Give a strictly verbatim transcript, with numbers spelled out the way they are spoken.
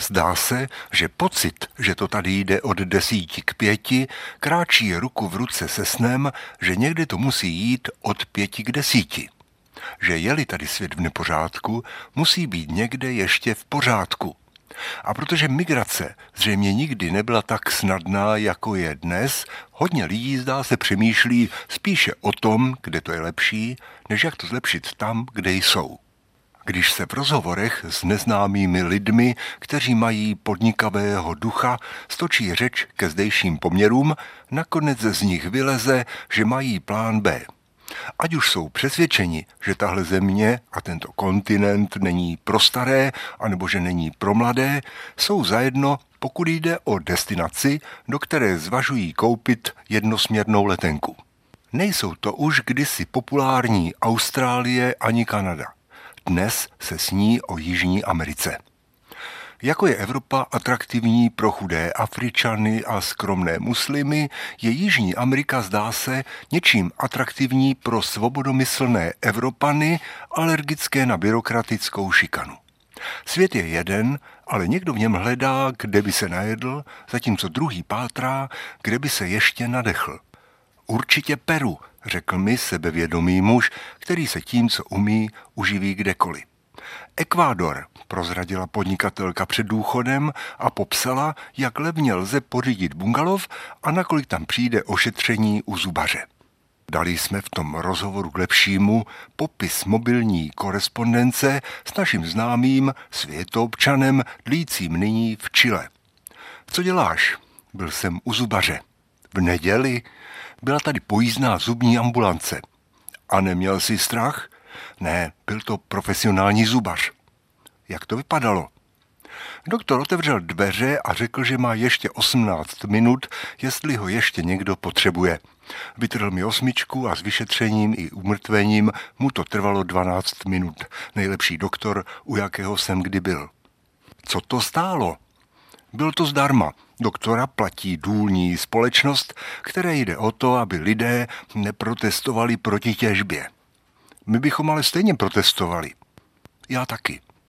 Zdá se, že pocit, že to tady jde od desíti k pěti, kráčí ruku v ruce se snem, že někdy to musí jít od pěti k desíti. Že je-li tady svět v nepořádku, musí být někde ještě v pořádku. A protože migrace zřejmě nikdy nebyla tak snadná, jako je dnes, hodně lidí zdá se přemýšlí spíše o tom, kde to je lepší, než jak to zlepšit tam, kde jsou. Když se v rozhovorech s neznámými lidmi, kteří mají podnikavého ducha, stočí řeč ke zdejším poměrům, nakonec z nich vyleze, že mají plán B. Ať už jsou přesvědčeni, že tahle země a tento kontinent není pro staré, anebo že není pro mladé, jsou zajedno, pokud jde o destinaci, do které zvažují koupit jednosměrnou letenku. Nejsou to už kdysi populární Austrálie ani Kanada. Dnes se sní o Jižní Americe. Jako je Evropa atraktivní pro chudé Afričany a skromné muslimy, je Jižní Amerika, zdá se, něčím atraktivní pro svobodomyslné Evropany, alergické na byrokratickou šikanu. Svět je jeden, ale někdo v něm hledá, kde by se najedl, zatímco druhý pátrá, kde by se ještě nadechl. Určitě Peru, řekl mi sebevědomý muž, který se tím, co umí, uživí kdekoliv. Ekvádor, prozradila podnikatelka před důchodem a popsala, jak levně lze pořídit bungalov a nakolik tam přijde ošetření u zubaře. Dali jsme v tom rozhovoru k lepšímu popis mobilní korespondence s naším známým světoobčanem dlícím nyní v Chile. Co děláš? Byl jsem u zubaře. V neděli byla tady pojízdná zubní ambulance. A neměl jsi strach? Ne, byl to profesionální zubař. Jak to vypadalo? Doktor otevřel dveře a řekl, že má ještě osmnáct minut, jestli ho ještě někdo potřebuje. Vytrhl mi osmičku a s vyšetřením i umrtvením mu to trvalo dvanáct minut. Nejlepší doktor, u jakého jsem kdy byl. Co to stálo? Bylo to zdarma. Doktora platí důlní společnost, které jde o to, aby lidé neprotestovali proti těžbě. My bychom ale stejně protestovali. Já taky.